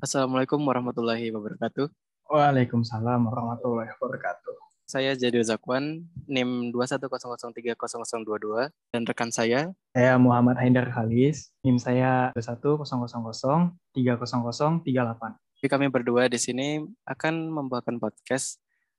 Assalamualaikum warahmatullahi wabarakatuh. Waalaikumsalam warahmatullahi wabarakatuh. Saya Jadil Zakwan, NIM 210030022 dan rekan saya. Saya Muhammad Haidar Halis, NIM saya 2100030038. Jadi kami berdua di sini akan membawakan podcast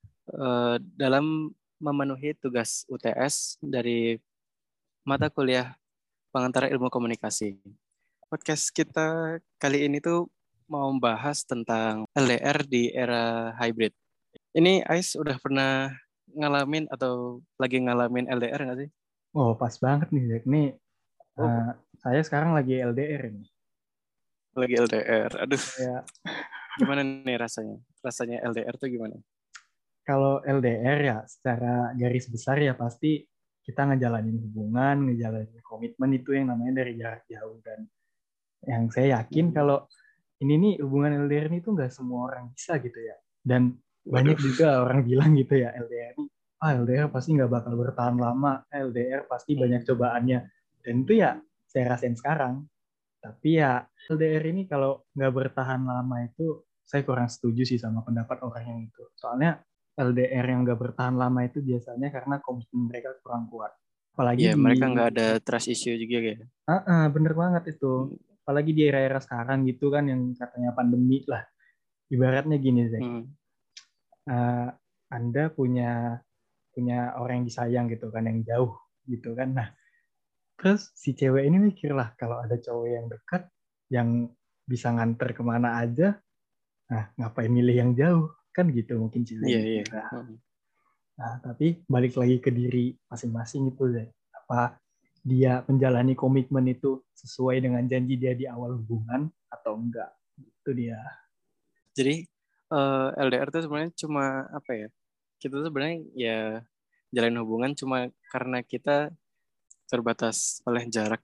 dalam memenuhi tugas UTS dari mata kuliah pengantar ilmu komunikasi. Podcast kita kali ini tuh mau membahas tentang LDR di era hybrid. Ini Ais udah pernah ngalamin atau lagi ngalamin LDR nggak sih? Oh, pas banget nih, Zack. Nih, Oh, saya sekarang lagi LDR ini. lagi LDR. Aduh, Ya, gimana nih rasanya? Rasanya LDR tuh gimana? kalau LDR ya, secara garis besar ya pasti kita ngejalanin hubungan, ngejalanin komitmen itu yang namanya dari jarak jauh. Dan yang saya yakin Hmm. kalau ini nih hubungan LDR ini tuh nggak semua orang bisa gitu ya. Dan banyak Waduh. juga orang bilang gitu ya LDR ini, LDR pasti nggak bakal bertahan lama, LDR pasti banyak Hmm. cobaannya. Dan itu ya saya rasain sekarang. Tapi ya LDR ini kalau nggak bertahan lama itu saya kurang setuju sih sama pendapat orang yang itu. Soalnya LDR yang nggak bertahan lama itu biasanya karena komitmen mereka kurang kuat. Apalagi Ya, di mereka nggak ada trust issue juga ya. bener banget itu. Hmm. Apalagi di era-era sekarang gitu kan yang katanya pandemi lah. Ibaratnya gini, Zek. Hmm. Eh, Anda punya punya orang yang disayang gitu kan, yang jauh gitu kan. Nah, terus si cewek ini mikir lah kalau ada cowok yang dekat, yang bisa nganter kemana aja, nah ngapain milih yang jauh? Kan gitu mungkin cewek Iya, iya. mikir. Hmm. Nah, tapi balik lagi ke diri masing-masing itu, Zek. Apa dia menjalani komitmen itu sesuai dengan janji dia di awal hubungan atau enggak? Itu dia. Jadi LDR tuh sebenarnya cuma apa ya? Kita tuh sebenarnya ya jalin hubungan cuma karena kita terbatas oleh jarak.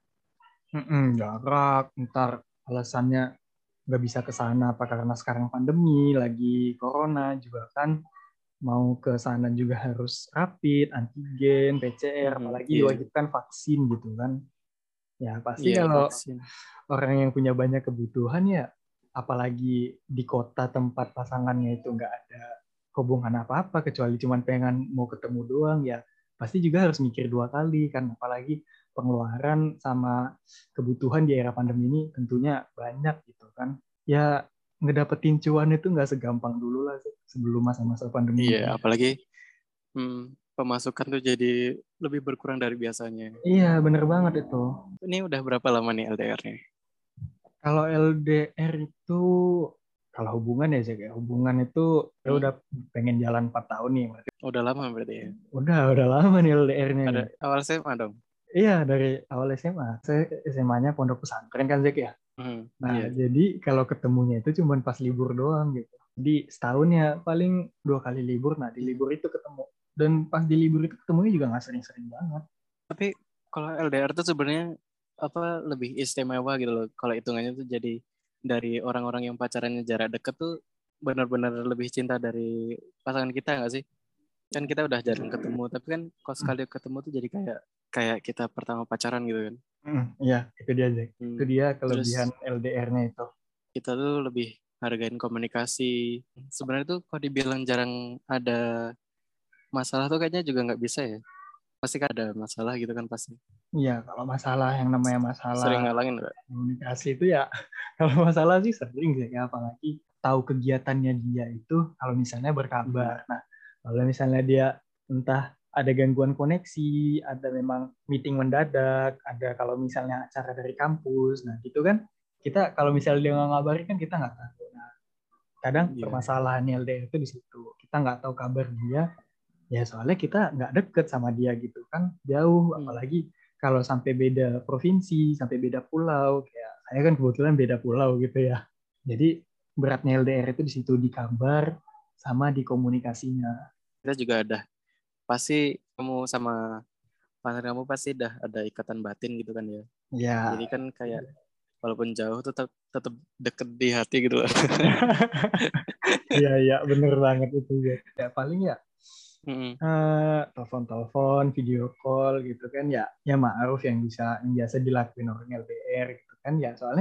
Jarak, ntar alasannya nggak bisa ke sana apa karena sekarang pandemi, lagi corona juga kan, mau ke sana juga harus rapid, antigen, PCR, Mhm. apalagi Iya, diwajibkan vaksin gitu kan. Ya pasti iya kalau vaksin. orang yang punya banyak kebutuhan ya, apalagi di kota tempat pasangannya itu nggak ada hubungan apa-apa kecuali cuma pengen mau ketemu doang ya, pasti juga harus mikir dua kali kan, apalagi pengeluaran sama kebutuhan di era pandemi ini tentunya banyak gitu kan. Ya ngedapetin cuan itu nggak segampang dulu lah sih, sebelum masa-masa pandemi Iya, ini. apalagi pemasukan tuh jadi lebih berkurang dari biasanya. Iya bener banget itu. Ini udah berapa lama nih LDR-nya? Kalau LDR itu, kalau hubungan ya sih, kayak hubungan itu ya Hmm? udah pengen jalan 4 tahun nih. Berarti Udah lama berarti ya. udah lama nih LDR-nya Pada nih. awal SMA dong. Iya, dari awal SMA. Saya SMA-nya pondok pesantren kan Zek ya. Hmm, Nah, iya. jadi kalau ketemunya itu cuma pas libur doang gitu. Jadi setahun ya paling 2 kali libur. Nah, di Hmm. libur itu ketemu. Dan pas di libur itu ketemunya juga nggak sering-sering banget. Tapi kalau LDR tuh sebenarnya apa lebih istimewa gitu loh. Kalau hitungannya tuh jadi dari orang-orang yang pacarannya jarak deket tuh benar-benar lebih cinta dari pasangan kita nggak sih? Kan kita udah jarang ketemu, tapi kan kalau sekali ketemu tuh jadi kayak kayak kita pertama pacaran gitu kan. Iya, itu dia Zek. Itu Hmm. dia kelebihan Terus LDR-nya itu. kita tuh lebih hargain komunikasi. Sebenarnya tuh kalau dibilang jarang ada masalah tuh kayaknya juga nggak bisa ya. Pasti kan ada masalah gitu kan pasti. Iya, kalau masalah yang namanya masalah Sering ngalangin nggak? komunikasi itu ya, kalau masalah sih sering sih ya, apalagi tahu kegiatannya dia itu kalau misalnya Mhm. berkabar. Nah, kalau misalnya dia entah ada gangguan koneksi, ada memang meeting mendadak, ada kalau misalnya acara dari kampus, nah gitu kan, kita kalau misalnya dia nggak ngabarin kan kita nggak tahu. Nah, kadang Iya. permasalahan LDR itu di situ. Kita nggak tahu kabar dia, ya soalnya kita nggak deket sama dia gitu kan, jauh, Hmm. apalagi kalau sampai beda provinsi, sampai beda pulau, kayak saya kan kebetulan beda pulau gitu ya. Jadi beratnya LDR itu di situ, di kabar sama di komunikasinya. Kita juga ada pasti kamu sama pasangan kamu pasti dah ada ikatan batin gitu kan ya. Ya, Jadi kan kayak walaupun jauh tetap tetap deket di hati gitu loh. iya iya bener banget itu ya. Ya paling ya Mm-mm. telepon-telepon, video call gitu kan ya. Ya ma'ruf yang bisa yang biasa dilakuin orang LDR gitu kan ya. Soalnya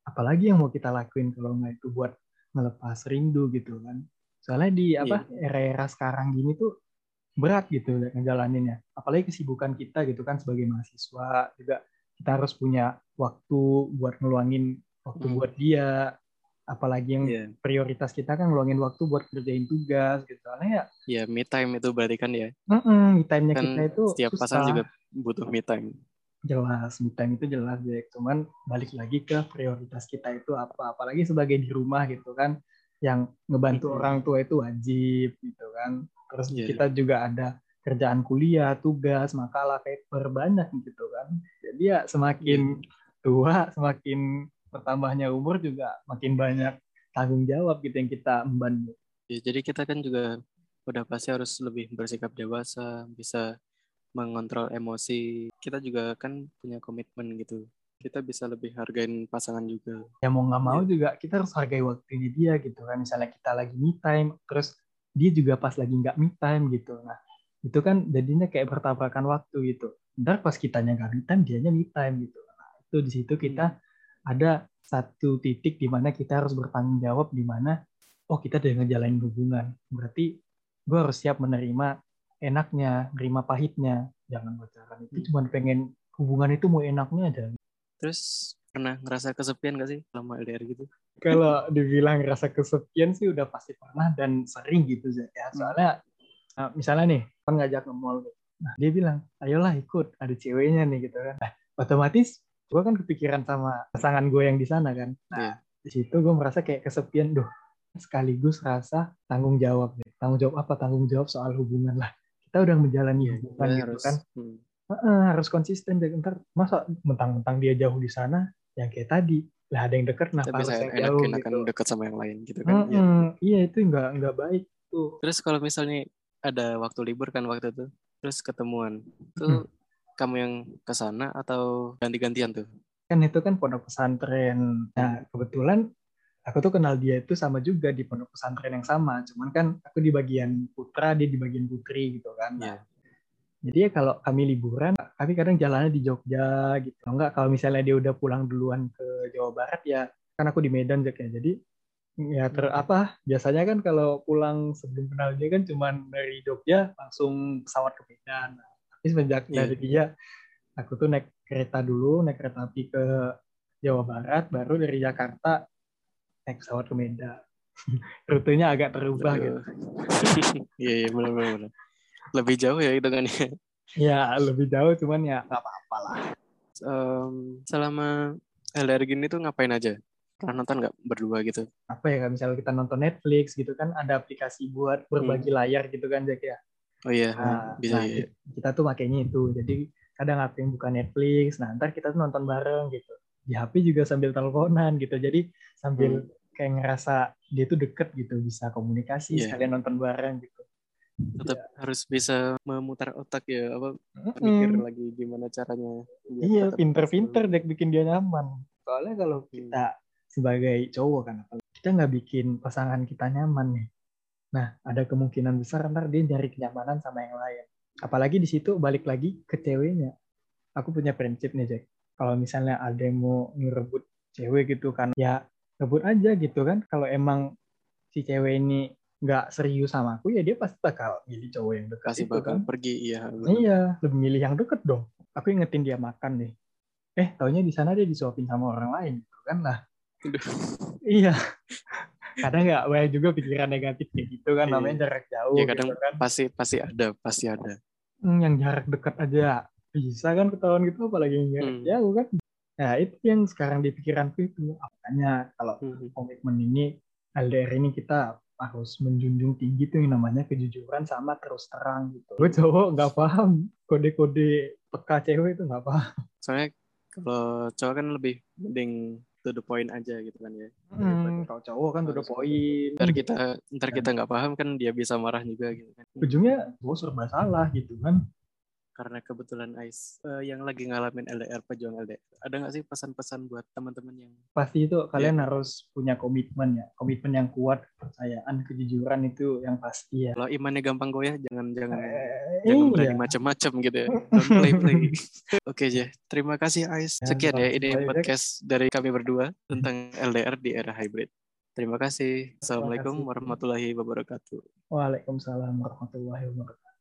apalagi yang mau kita lakuin kalau nggak itu buat ngelepas rindu gitu kan. Soalnya di Iya. era-era sekarang gini tuh berat gitu ngejalaninnya. Apalagi kesibukan kita gitu kan sebagai mahasiswa juga kita harus punya waktu buat ngeluangin waktu buat dia. Apalagi yang Iya. prioritas kita kan ngeluangin waktu buat kerjain tugas gitu. Soalnya ya, Ya, me time itu berarti kan ya. me time-nya Kan kita itu setiap pasangan juga susah. butuh me time. Jelas, me time itu jelas Jack. Cuman balik lagi ke prioritas kita itu apa. Apalagi sebagai di rumah gitu kan, yang ngebantu orang tua itu wajib gitu kan. Terus Iya. kita juga ada kerjaan kuliah, tugas, makalah, paper, banyak gitu kan. Jadi ya Iya. semakin tua, semakin bertambahnya umur juga makin banyak tanggung jawab gitu yang kita emban. Ya, jadi kita kan juga udah pasti harus lebih bersikap dewasa, bisa mengontrol emosi. Kita juga kan punya komitmen gitu. Kita bisa lebih hargain pasangan juga. Ya mau nggak mau Iya. juga kita harus hargai waktunya dia gitu kan. Misalnya kita lagi me time, terus dia juga pas lagi nggak me time gitu. Nah itu kan jadinya kayak bertabrakan waktu gitu. Ntar pas kitanya nggak me time, dianya me time gitu. Nah itu di situ kita ada satu titik di mana kita harus bertanggung jawab di mana oh kita udah ngejalanin hubungan. Berarti gue harus siap menerima enaknya, menerima pahitnya. Jangan pacaran itu cuma pengen hubungan itu mau enaknya aja. Terus pernah ngerasa kesepian gak sih selama LDR gitu? Kalau dibilang rasa kesepian sih udah pasti pernah dan sering gitu ya. Soalnya misalnya nih kan ngajak nge-mall gitu. Nah, dia bilang, "Ayolah ikut, ada ceweknya nih," gitu kan. Nah, otomatis gue kan kepikiran sama pasangan gue yang di sana kan. Nah, Iya. di situ gue merasa kayak kesepian, duh, sekaligus rasa tanggung jawab deh. Tanggung jawab apa? Tanggung jawab soal hubungan lah. Kita udah menjalani Iya, hubungan kita gitu harus kan. Harus konsisten deh. Ntar masa mentang-mentang dia jauh di sana, yang kayak tadi, lah ada yang deket, kita kenapa bisa harus yang jauh enak-enakan gitu. dekat sama yang lain gitu kan. Iya. Iya itu nggak baik tuh. Terus kalau misalnya ada waktu libur kan waktu itu, terus ketemuan, Hmm. tuh kamu yang ke sana atau ganti-gantian tuh? Kan itu kan pondok pesantren. Nah kebetulan aku tuh kenal dia itu sama juga di pondok pesantren yang sama. Cuman kan aku di bagian putra, dia di bagian putri gitu kan. Nah, Iya. jadi ya kalau kami liburan, kami kadang jalannya di Jogja gitu. Enggak kalau misalnya dia udah pulang duluan ke Jawa Barat ya, kan aku di Medan Jack ya. Jadi ya biasanya kan kalau pulang sebelum kenal dia kan cuman dari Jogja langsung pesawat ke Medan. Nah, tapi semenjak Iya. dari dia aku tuh naik kereta dulu, naik kereta api ke Jawa Barat, baru dari Jakarta naik pesawat ke Medan. Rutenya agak terubah gitu. Aduh. Iya, iya, benar-benar. Lebih jauh ya itu kan ya. Ya lebih jauh, cuman ya nggak apa-apa lah. Selama LDR gini tuh ngapain aja? Pernah nonton nggak berdua gitu? Apa ya, misalnya kita nonton Netflix gitu kan, ada aplikasi buat berbagi layar gitu kan, Jack ya. Oh iya, bisa Nah, ya. kita tuh makainya itu. Jadi kadang aku yang buka Netflix, nah ntar kita tuh nonton bareng gitu. Di HP juga sambil teleponan gitu. Jadi sambil kayak ngerasa dia tuh deket gitu, bisa komunikasi Iya. sekalian nonton bareng gitu. Tetap harus bisa memutar otak ya, apa mikir Mm-mm. lagi gimana caranya biar Iya, tetap pinter-pinter seru. dek bikin dia nyaman. Soalnya kalau kita sebagai cowok kan, kita nggak bikin pasangan kita nyaman nih. Nah, ada kemungkinan besar ntar dia nyari kenyamanan sama yang lain. Apalagi di situ balik lagi ke ceweknya. Aku punya prinsip nih, Jack. Kalau misalnya ada yang mau ngerebut cewek gitu kan, ya rebut aja gitu kan. Kalau emang si cewek ini nggak serius sama aku, ya dia pasti bakal milih cowok yang dekat Pasti itu bakal kan. pergi, iya benar. Iya, lebih milih yang deket dong. Aku ingetin dia makan nih. Taunya di sana dia disuapin sama orang lain gitu kan lah. Iya, kadang nggak banyak juga pikiran negatif kayak gitu kan, namanya jarak Ya jauh kadang gitu kan. pasti ada. Yang jarak dekat aja bisa kan ketahuan gitu, apalagi yang jarak jauh kan. Nah itu yang sekarang di pikiranku itu. Makanya kalau komitmen ini, LDR ini kita harus menjunjung tinggi tuh yang namanya kejujuran sama terus terang gitu. Gue cowok nggak paham kode-kode peka cewek itu nggak paham. Soalnya kalau cowok kan lebih mending to the point aja gitu kan ya. Daripada Kalau cowok kan udah harus poin. ntar kita nggak paham kan dia bisa marah juga gitu kan. Ujungnya gue serba salah gitu kan. karena kebetulan Ais yang lagi ngalamin LDR, pejuang LDR. Ada nggak sih pesan-pesan buat teman-teman yang Pasti itu kalian ya, harus punya komitmen ya, komitmen yang kuat, kepercayaan, kejujuran itu yang pasti ya. kalau imannya gampang goyah, jangan jangan jangan berani Iya. macam-macam gitu ya. Don't play. Oke, Je. Terima kasih Ais. Ya, Sekian ya, ini sama-sama, Jack. podcast dari kami berdua tentang LDR di era hybrid. Terima kasih. Terima Assalamualaikum kasih. warahmatullahi wabarakatuh. Waalaikumsalam warahmatullahi wabarakatuh.